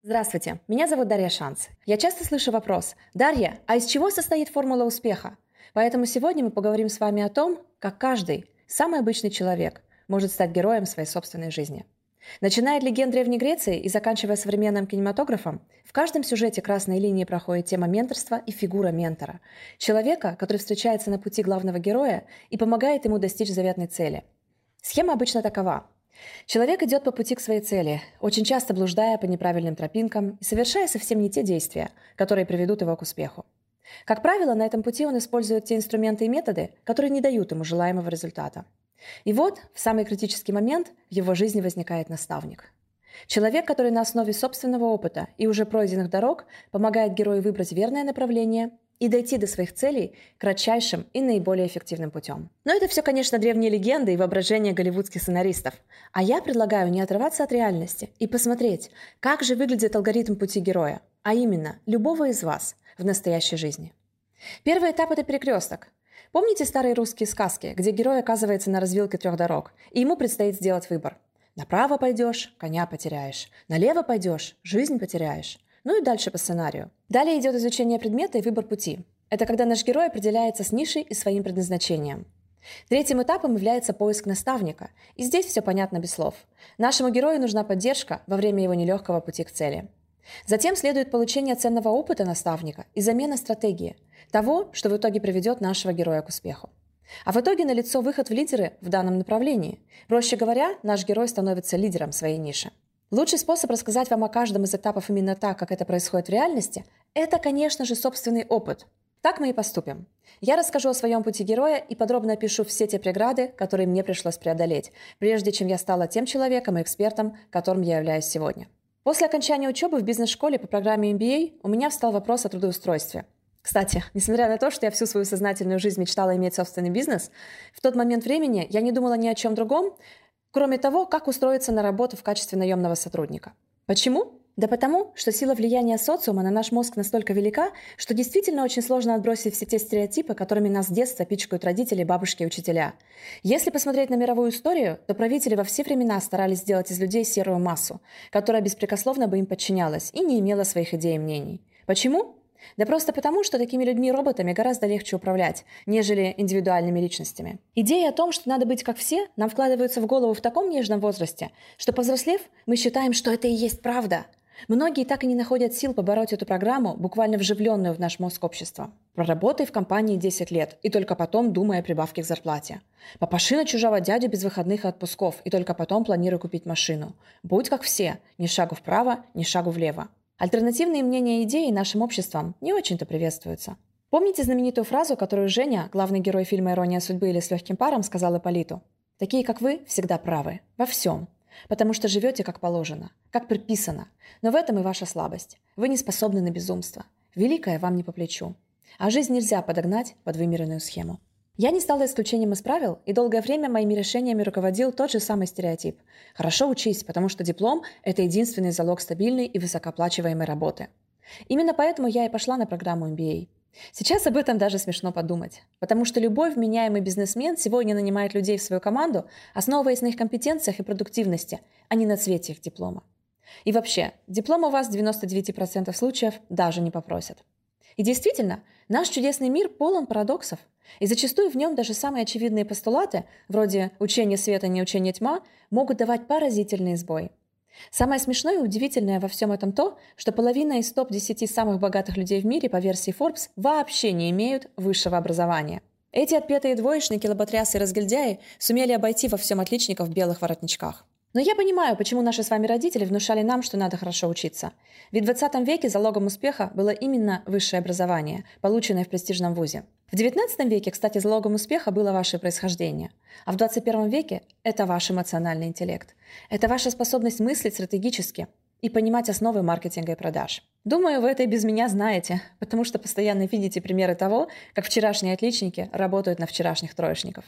Здравствуйте, меня зовут Дарья Шанц. Я часто слышу вопрос: «Дарья, а из чего состоит формула успеха?» Поэтому сегодня мы поговорим с вами о том, как каждый, самый обычный человек, может стать героем своей собственной жизни. Начиная от легенд Древней Греции и заканчивая современным кинематографом, в каждом сюжете красной линии проходит тема менторства и фигура ментора. Человека, который встречается на пути главного героя и помогает ему достичь заветной цели. Схема обычно такова. Человек идет по пути к своей цели, очень часто блуждая по неправильным тропинкам и совершая совсем не те действия, которые приведут его к успеху. Как правило, на этом пути он использует те инструменты и методы, которые не дают ему желаемого результата. И вот, в самый критический момент в его жизни возникает наставник. Человек, который на основе собственного опыта и уже пройденных дорог помогает герою выбрать верное направление и дойти до своих целей кратчайшим и наиболее эффективным путем. Но это все, конечно, древние легенды и воображения голливудских сценаристов. А я предлагаю не отрываться от реальности и посмотреть, как же выглядит алгоритм пути героя, а именно любого из вас в настоящей жизни. Первый этап – это перекресток. Помните старые русские сказки, где герой оказывается на развилке 3 дорог, и ему предстоит сделать выбор? Направо пойдешь – коня потеряешь, налево пойдешь – жизнь потеряешь. Ну и дальше по сценарию. Далее идет изучение предмета и выбор пути. Это когда наш герой определяется с нишей и своим предназначением. Третьим этапом является поиск наставника. И здесь все понятно без слов. Нашему герою нужна поддержка во время его нелегкого пути к цели. Затем следует получение ценного опыта наставника и замена стратегии, того, что в итоге приведет нашего героя к успеху. А в итоге налицо выход в лидеры в данном направлении. Проще говоря, наш герой становится лидером своей ниши. Лучший способ рассказать вам о каждом из этапов именно так, как это происходит в реальности, это, конечно же, собственный опыт. Так мы и поступим. Я расскажу о своем пути героя и подробно опишу все те преграды, которые мне пришлось преодолеть, прежде чем я стала тем человеком и экспертом, которым я являюсь сегодня. После окончания учебы в бизнес-школе по программе MBA у меня встал вопрос о трудоустройстве. Кстати, несмотря на то, что я всю свою сознательную жизнь мечтала иметь собственный бизнес, в тот момент времени я не думала ни о чем другом, кроме того, как устроиться на работу в качестве наемного сотрудника. Почему? Да потому, что сила влияния социума на наш мозг настолько велика, что действительно очень сложно отбросить все те стереотипы, которыми нас с детства пичкают родители, бабушки и учителя. Если посмотреть на мировую историю, то правители во все времена старались сделать из людей серую массу, которая беспрекословно бы им подчинялась и не имела своих идей и мнений. Почему? Да просто потому, что такими людьми-роботами гораздо легче управлять, нежели индивидуальными личностями. Идеи о том, что надо быть как все, нам вкладываются в голову в таком нежном возрасте, что, повзрослев, мы считаем, что это и есть правда. Многие так и не находят сил побороть эту программу, буквально вживленную в наш мозг общества. Проработай в компании 10 лет, и только потом думай о прибавке к зарплате. Попаши на чужого дядю без выходных и отпусков, и только потом планируй купить машину. Будь как все, ни шагу вправо, ни шагу влево. Альтернативные мнения и идеи нашим обществом не очень-то приветствуются. Помните знаменитую фразу, которую Женя, главный герой фильма «Ирония судьбы» или «С легким паром», сказал Ипполиту? «Такие, как вы, всегда правы. Во всем. Потому что живете как положено, как предписано. Но в этом и ваша слабость. Вы не способны на безумство. Великое вам не по плечу. А жизнь нельзя подогнать под вымеренную схему». Я не стала исключением из правил, и долгое время моими решениями руководил тот же самый стереотип. Хорошо учись, потому что диплом – это единственный залог стабильной и высокооплачиваемой работы. Именно поэтому я и пошла на программу MBA. Сейчас об этом даже смешно подумать, потому что любой вменяемый бизнесмен сегодня нанимает людей в свою команду, основываясь на их компетенциях и продуктивности, а не на цвете их диплома. И вообще, диплом у вас в 99% случаев даже не попросят. И действительно, наш чудесный мир полон парадоксов, и зачастую в нем даже самые очевидные постулаты, вроде «учение света, не учение тьма», могут давать поразительный сбой. Самое смешное и удивительное во всем этом то, что половина из топ-10 самых богатых людей в мире по версии Forbes вообще не имеют высшего образования. Эти отпетые двоечники, лоботрясы и разгильдяи сумели обойти во всем отличников в белых воротничках. Но я понимаю, почему наши с вами родители внушали нам, что надо хорошо учиться. Ведь в 20 веке залогом успеха было именно высшее образование, полученное в престижном вузе. В 19 веке, кстати, залогом успеха было ваше происхождение. А в 21 веке – это ваш эмоциональный интеллект. Это ваша способность мыслить стратегически и понимать основы маркетинга и продаж. Думаю, вы это и без меня знаете, потому что постоянно видите примеры того, как вчерашние отличники работают на вчерашних троечников.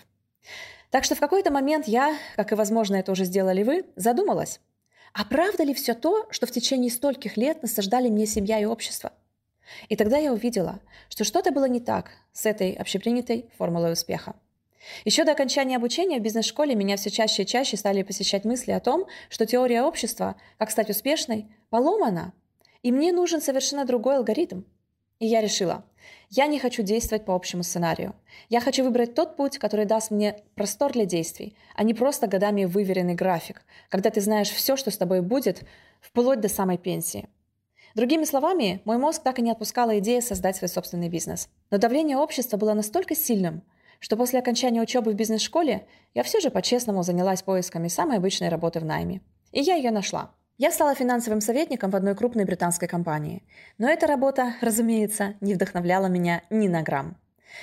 Так что в какой-то момент я, как и, возможно, это уже сделали вы, задумалась. А правда ли все то, что в течение стольких лет насаждали мне семья и общество? И тогда я увидела, что что-то было не так с этой общепринятой формулой успеха. Еще до окончания обучения в бизнес-школе меня все чаще и чаще стали посещать мысли о том, что теория общества, как стать успешной, поломана. И мне нужен совершенно другой алгоритм. И я решила, я не хочу действовать по общему сценарию. Я хочу выбрать тот путь, который даст мне простор для действий, а не просто годами выверенный график, когда ты знаешь все, что с тобой будет, вплоть до самой пенсии. Другими словами, мой мозг так и не отпускала идея создать свой собственный бизнес. Но давление общества было настолько сильным, что после окончания учебы в бизнес-школе я все же по-честному занялась поисками самой обычной работы в найме. И я ее нашла. Я стала финансовым советником в одной крупной британской компании. Но эта работа, разумеется, не вдохновляла меня ни на грамм.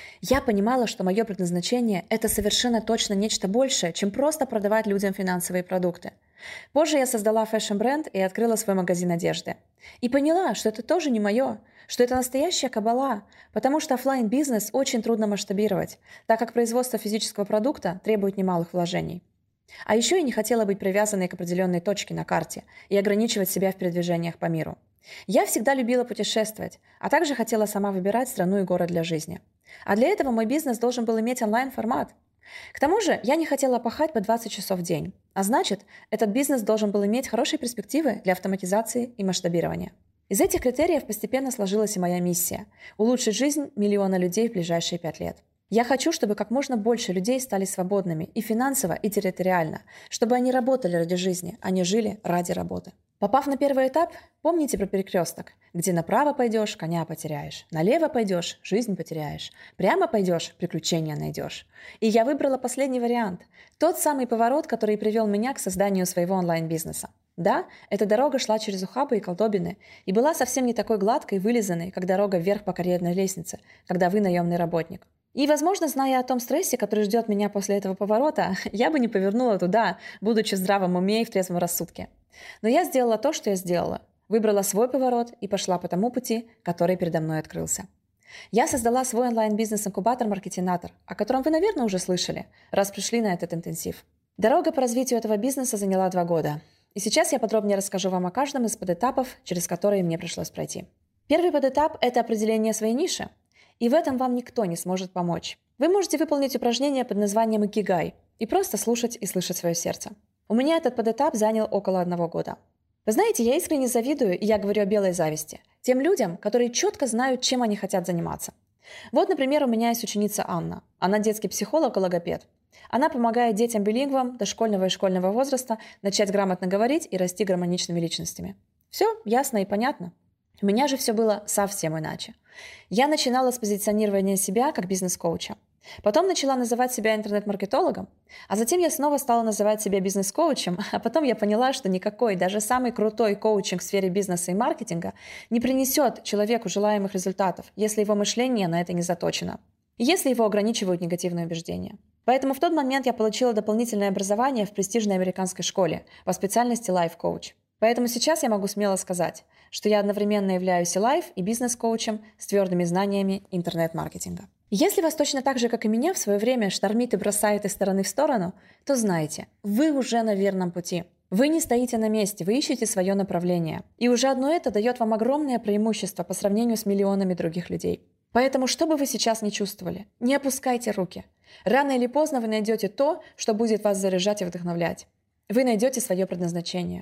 Я понимала, что мое предназначение – это совершенно точно нечто большее, чем просто продавать людям финансовые продукты. Позже я создала фэшн-бренд и открыла свой магазин одежды. И поняла, что это тоже не мое, что это настоящая кабала, потому что офлайн-бизнес очень трудно масштабировать, так как производство физического продукта требует немалых вложений. А еще я не хотела быть привязанной к определенной точке на карте и ограничивать себя в передвижениях по миру. Я всегда любила путешествовать, а также хотела сама выбирать страну и город для жизни. А для этого мой бизнес должен был иметь онлайн-формат. К тому же я не хотела пахать по 20 часов в день, а значит, этот бизнес должен был иметь хорошие перспективы для автоматизации и масштабирования. Из этих критериев постепенно сложилась и моя миссия – улучшить жизнь миллиона людей в ближайшие 5 лет. Я хочу, чтобы как можно больше людей стали свободными и финансово, и территориально, чтобы они работали ради жизни, а не жили ради работы. Попав на первый этап, помните про перекресток, где направо пойдешь, коня потеряешь, налево пойдешь, жизнь потеряешь, прямо пойдешь, приключения найдешь. И я выбрала последний вариант, тот самый поворот, который привел меня к созданию своего онлайн-бизнеса. Да, эта дорога шла через ухабы и колдобины и была совсем не такой гладкой и вылизанной, как дорога вверх по карьерной лестнице, когда вы наемный работник. И, возможно, зная о том стрессе, который ждет меня после этого поворота, я бы не повернула туда, будучи в здравом уме и в трезвом рассудке. Но я сделала то, что я сделала. Выбрала свой поворот и пошла по тому пути, который передо мной открылся. Я создала свой онлайн-бизнес-инкубатор «Маркетинатор», о котором вы, наверное, уже слышали, раз пришли на этот интенсив. Дорога по развитию этого бизнеса заняла 2 года. И сейчас я подробнее расскажу вам о каждом из подэтапов, через которые мне пришлось пройти. Первый подэтап – это определение своей ниши. И в этом вам никто не сможет помочь. Вы можете выполнить упражнение под названием «Икигай» и просто слушать и слышать свое сердце. У меня этот подэтап занял около 1 года. Вы знаете, я искренне завидую, и я говорю о белой зависти, тем людям, которые четко знают, чем они хотят заниматься. Вот, например, у меня есть ученица Анна. Она детский психолог и логопед. Она помогает детям-билингвам дошкольного и школьного возраста начать грамотно говорить и расти гармоничными личностями. Все ясно и понятно. У меня же все было совсем иначе. Я начинала с позиционирования себя как бизнес-коуча. Потом начала называть себя интернет-маркетологом, а затем я снова стала называть себя бизнес-коучем, а потом я поняла, что никакой, даже самый крутой коучинг в сфере бизнеса и маркетинга не принесет человеку желаемых результатов, если его мышление на это не заточено, и если его ограничивают негативные убеждения. Поэтому в тот момент я получила дополнительное образование в престижной американской школе по специальности Life Coach. Поэтому сейчас я могу смело сказать, что я одновременно являюсь и лайф, и бизнес-коучем с твердыми знаниями интернет-маркетинга. Если вас точно так же, как и меня, в свое время штормит и бросает из стороны в сторону, то знайте, вы уже на верном пути. Вы не стоите на месте, вы ищете свое направление. И уже одно это дает вам огромное преимущество по сравнению с миллионами других людей. Поэтому, что бы вы сейчас ни чувствовали, не опускайте руки. Рано или поздно вы найдете то, что будет вас заряжать и вдохновлять. Вы найдете свое предназначение.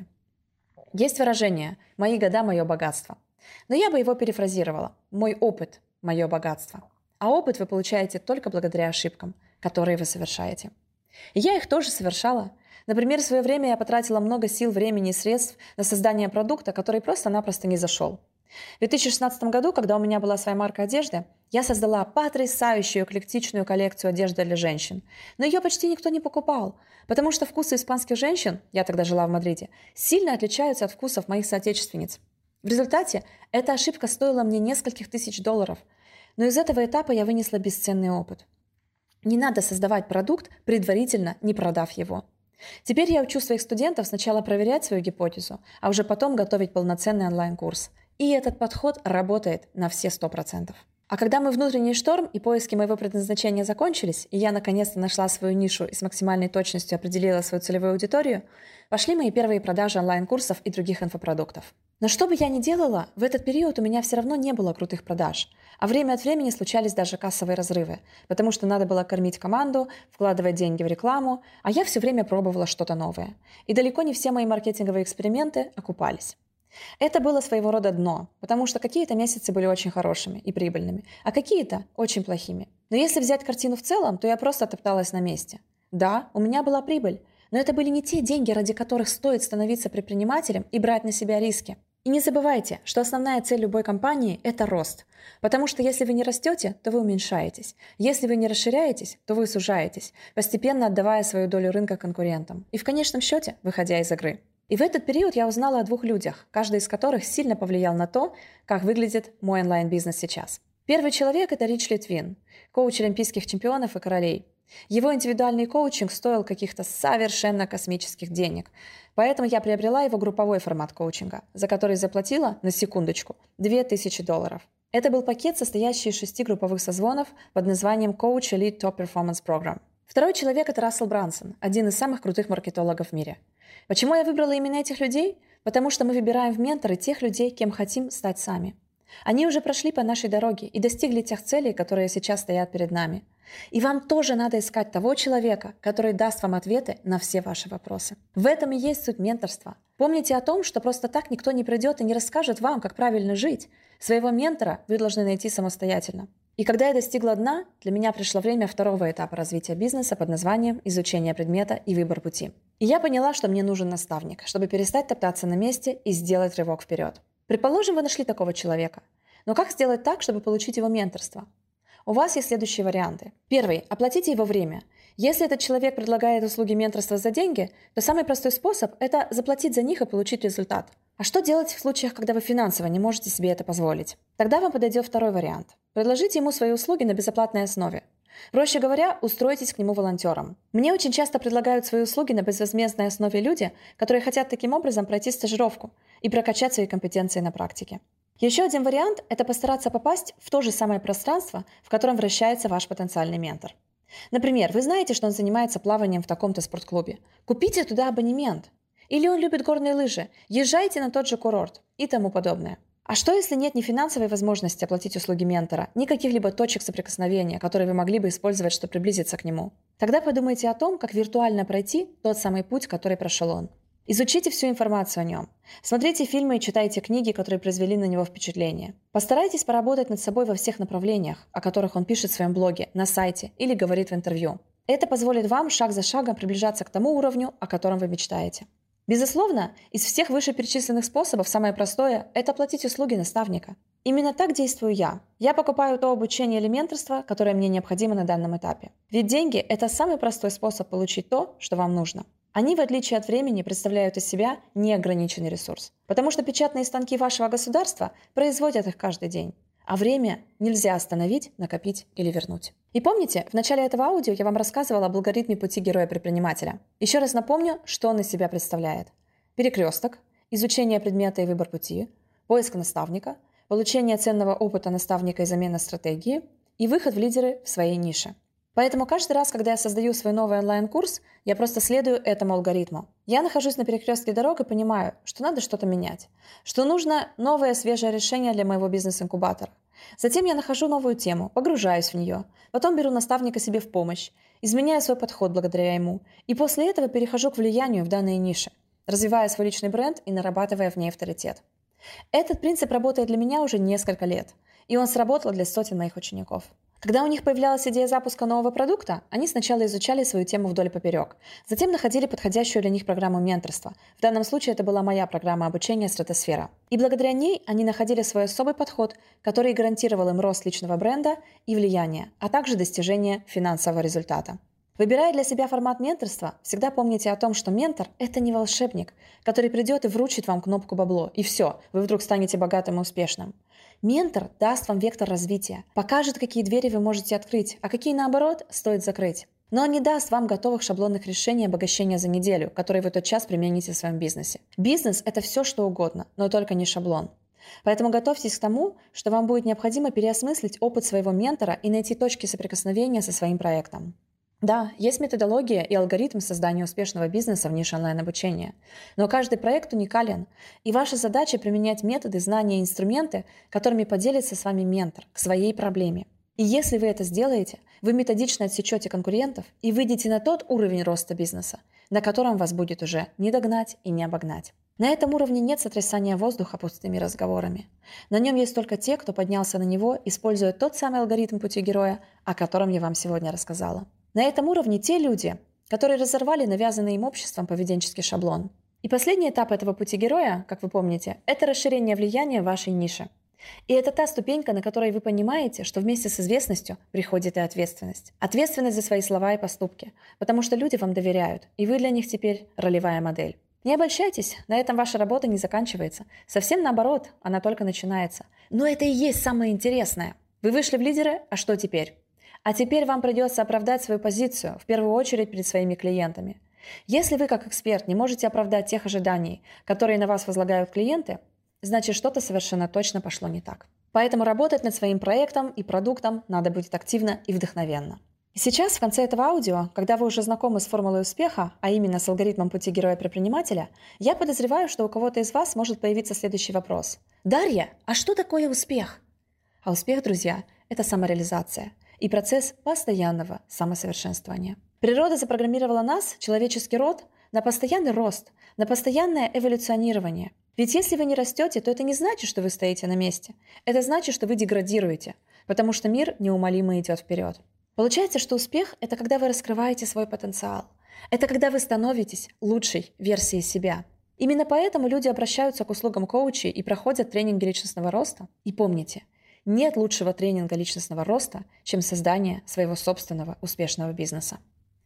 Есть выражение «мои года – мое богатство». Но я бы его перефразировала «мой опыт – мое богатство». А опыт вы получаете только благодаря ошибкам, которые вы совершаете. И я их тоже совершала. Например, в свое время я потратила много сил, времени и средств на создание продукта, который просто-напросто не зашел. В 2016 году, когда у меня была своя марка одежды, я создала потрясающую эклектичную коллекцию одежды для женщин. Но ее почти никто не покупал, потому что вкусы испанских женщин, я тогда жила в Мадриде, сильно отличаются от вкусов моих соотечественниц. В результате эта ошибка стоила мне нескольких тысяч долларов. Но из этого этапа я вынесла бесценный опыт. Не надо создавать продукт, предварительно не продав его. Теперь я учу своих студентов сначала проверять свою гипотезу, а уже потом готовить полноценный онлайн-курс. И этот подход работает на все 100%. А когда мой внутренний шторм и поиски моего предназначения закончились, и я наконец-то нашла свою нишу и с максимальной точностью определила свою целевую аудиторию, пошли мои первые продажи онлайн-курсов и других инфопродуктов. Но что бы я ни делала, в этот период у меня все равно не было крутых продаж. А время от времени случались даже кассовые разрывы, потому что надо было кормить команду, вкладывать деньги в рекламу, а я все время пробовала что-то новое. И далеко не все мои маркетинговые эксперименты окупались. Это было своего рода дно, потому что какие-то месяцы были очень хорошими и прибыльными, а какие-то очень плохими. Но если взять картину в целом, то я просто топталась на месте. Да, у меня была прибыль, но это были не те деньги, ради которых стоит становиться предпринимателем и брать на себя риски. И не забывайте, что основная цель любой компании – это рост. Потому что если вы не растете, то вы уменьшаетесь. Если вы не расширяетесь, то вы сужаетесь, постепенно отдавая свою долю рынка конкурентам. И в конечном счете, выходя из игры. И в этот период я узнала о 2 людях, каждый из которых сильно повлиял на то, как выглядит мой онлайн-бизнес сейчас. Первый человек – это Рич Литвин, коуч олимпийских чемпионов и королей. Его индивидуальный коучинг стоил каких-то совершенно космических денег. Поэтому я приобрела его групповой формат коучинга, за который заплатила, на секундочку, $2000. Это был пакет, состоящий из 6 групповых созвонов под названием Coach Elite Top Performance Program. Второй человек – это Рассел Брансон, один из самых крутых маркетологов в мире. Почему я выбрала именно этих людей? Потому что мы выбираем в менторы тех людей, кем хотим стать сами. Они уже прошли по нашей дороге и достигли тех целей, которые сейчас стоят перед нами. И вам тоже надо искать того человека, который даст вам ответы на все ваши вопросы. В этом и есть суть менторства. Помните о том, что просто так никто не придет и не расскажет вам, как правильно жить. Своего ментора вы должны найти самостоятельно. И когда я достигла дна, для меня пришло время второго этапа развития бизнеса под названием «Изучение предмета и выбор пути». И я поняла, что мне нужен наставник, чтобы перестать топтаться на месте и сделать рывок вперед. Предположим, вы нашли такого человека. Но как сделать так, чтобы получить его менторство? У вас есть следующие варианты. Первый – оплатите его время. Если этот человек предлагает услуги менторства за деньги, то самый простой способ – это заплатить за них и получить результат. А что делать в случаях, когда вы финансово не можете себе это позволить? Тогда вам подойдет второй вариант. Предложите ему свои услуги на безоплатной основе. Проще говоря, устройтесь к нему волонтером. Мне очень часто предлагают свои услуги на безвозмездной основе люди, которые хотят таким образом пройти стажировку и прокачать свои компетенции на практике. Еще один вариант – это постараться попасть в то же самое пространство, в котором вращается ваш потенциальный ментор. Например, вы знаете, что он занимается плаванием в таком-то спортклубе. Купите туда абонемент. Или он любит горные лыжи. Езжайте на тот же курорт и тому подобное. А что, если нет ни финансовой возможности оплатить услуги ментора, ни каких-либо точек соприкосновения, которые вы могли бы использовать, чтобы приблизиться к нему? Тогда подумайте о том, как виртуально пройти тот самый путь, который прошел он. Изучите всю информацию о нем. Смотрите фильмы и читайте книги, которые произвели на него впечатление. Постарайтесь поработать над собой во всех направлениях, о которых он пишет в своем блоге, на сайте или говорит в интервью. Это позволит вам шаг за шагом приближаться к тому уровню, о котором вы мечтаете. Безусловно, из всех вышеперечисленных способов самое простое – это оплатить услуги наставника. Именно так действую я. Я покупаю то обучение или менторство, которое мне необходимо на данном этапе. Ведь деньги – это самый простой способ получить то, что вам нужно. Они, в отличие от времени, представляют из себя неограниченный ресурс. Потому что печатные станки вашего государства производят их каждый день. А время нельзя остановить, накопить или вернуть. И помните, в начале этого аудио я вам рассказывала об алгоритме пути героя-предпринимателя. Еще раз напомню, что он из себя представляет. Перекресток, изучение предмета и выбор пути, поиск наставника, получение ценного опыта наставника и замена стратегии и выход в лидеры в своей нише. Поэтому каждый раз, когда я создаю свой новый онлайн-курс, я просто следую этому алгоритму. Я нахожусь на перекрестке дорог и понимаю, что надо что-то менять, что нужно новое свежее решение для моего бизнес-инкубатора. Затем я нахожу новую тему, погружаюсь в нее, потом беру наставника себе в помощь, изменяю свой подход благодаря ему, и после этого перехожу к влиянию в данной нише, развивая свой личный бренд и нарабатывая в ней авторитет. Этот принцип работает для меня уже несколько лет, и он сработал для сотен моих учеников. Когда у них появлялась идея запуска нового продукта, они сначала изучали свою тему вдоль и поперек, затем находили подходящую для них программу менторства. В данном случае это была моя программа обучения «Стратосфера». И благодаря ней они находили свой особый подход, который гарантировал им рост личного бренда и влияния, а также достижение финансового результата. Выбирая для себя формат менторства, всегда помните о том, что ментор – это не волшебник, который придет и вручит вам кнопку «бабло», и все, вы вдруг станете богатым и успешным. Ментор даст вам вектор развития, покажет, какие двери вы можете открыть, а какие, наоборот, стоит закрыть. Но он не даст вам готовых шаблонных решений обогащения за неделю, которые вы тотчас примените в своем бизнесе. Бизнес – это все, что угодно, но только не шаблон. Поэтому готовьтесь к тому, что вам будет необходимо переосмыслить опыт своего ментора и найти точки соприкосновения со своим проектом. Да, есть методология и алгоритм создания успешного бизнеса в нише онлайн-обучения. Но каждый проект уникален, и ваша задача применять методы, знания и инструменты, которыми поделится с вами ментор, к своей проблеме. И если вы это сделаете, вы методично отсечете конкурентов и выйдете на тот уровень роста бизнеса, на котором вас будет уже не догнать и не обогнать. На этом уровне нет сотрясания воздуха пустыми разговорами. На нем есть только те, кто поднялся на него, используя тот самый алгоритм пути героя, о котором я вам сегодня рассказала. На этом уровне те люди, которые разорвали навязанный им обществом поведенческий шаблон. И последний этап этого пути героя, как вы помните, это расширение влияния в вашей нише. И это та ступенька, на которой вы понимаете, что вместе с известностью приходит и ответственность. Ответственность за свои слова и поступки, потому что люди вам доверяют, и вы для них теперь ролевая модель. Не обольщайтесь, на этом ваша работа не заканчивается. Совсем наоборот, она только начинается. Но это и есть самое интересное. Вы вышли в лидеры, а что теперь? А теперь вам придется оправдать свою позицию, в первую очередь перед своими клиентами. Если вы как эксперт не можете оправдать тех ожиданий, которые на вас возлагают клиенты, значит, что-то совершенно точно пошло не так. Поэтому работать над своим проектом и продуктом надо будет активно и вдохновенно. И сейчас, в конце этого аудио, когда вы уже знакомы с формулой успеха, а именно с алгоритмом пути героя-предпринимателя, я подозреваю, что у кого-то из вас может появиться следующий вопрос. Дарья, а что такое успех? А успех, друзья, это самореализация и процесс постоянного самосовершенствования. Природа запрограммировала нас, человеческий род, на постоянный рост, на постоянное эволюционирование. Ведь если вы не растете, то это не значит, что вы стоите на месте. Это значит, что вы деградируете, потому что мир неумолимо идет вперед. Получается, что успех – это когда вы раскрываете свой потенциал. Это когда вы становитесь лучшей версией себя. Именно поэтому люди обращаются к услугам коучей и проходят тренинги личностного роста. И помните, нет лучшего тренинга личностного роста, чем создание своего собственного успешного бизнеса.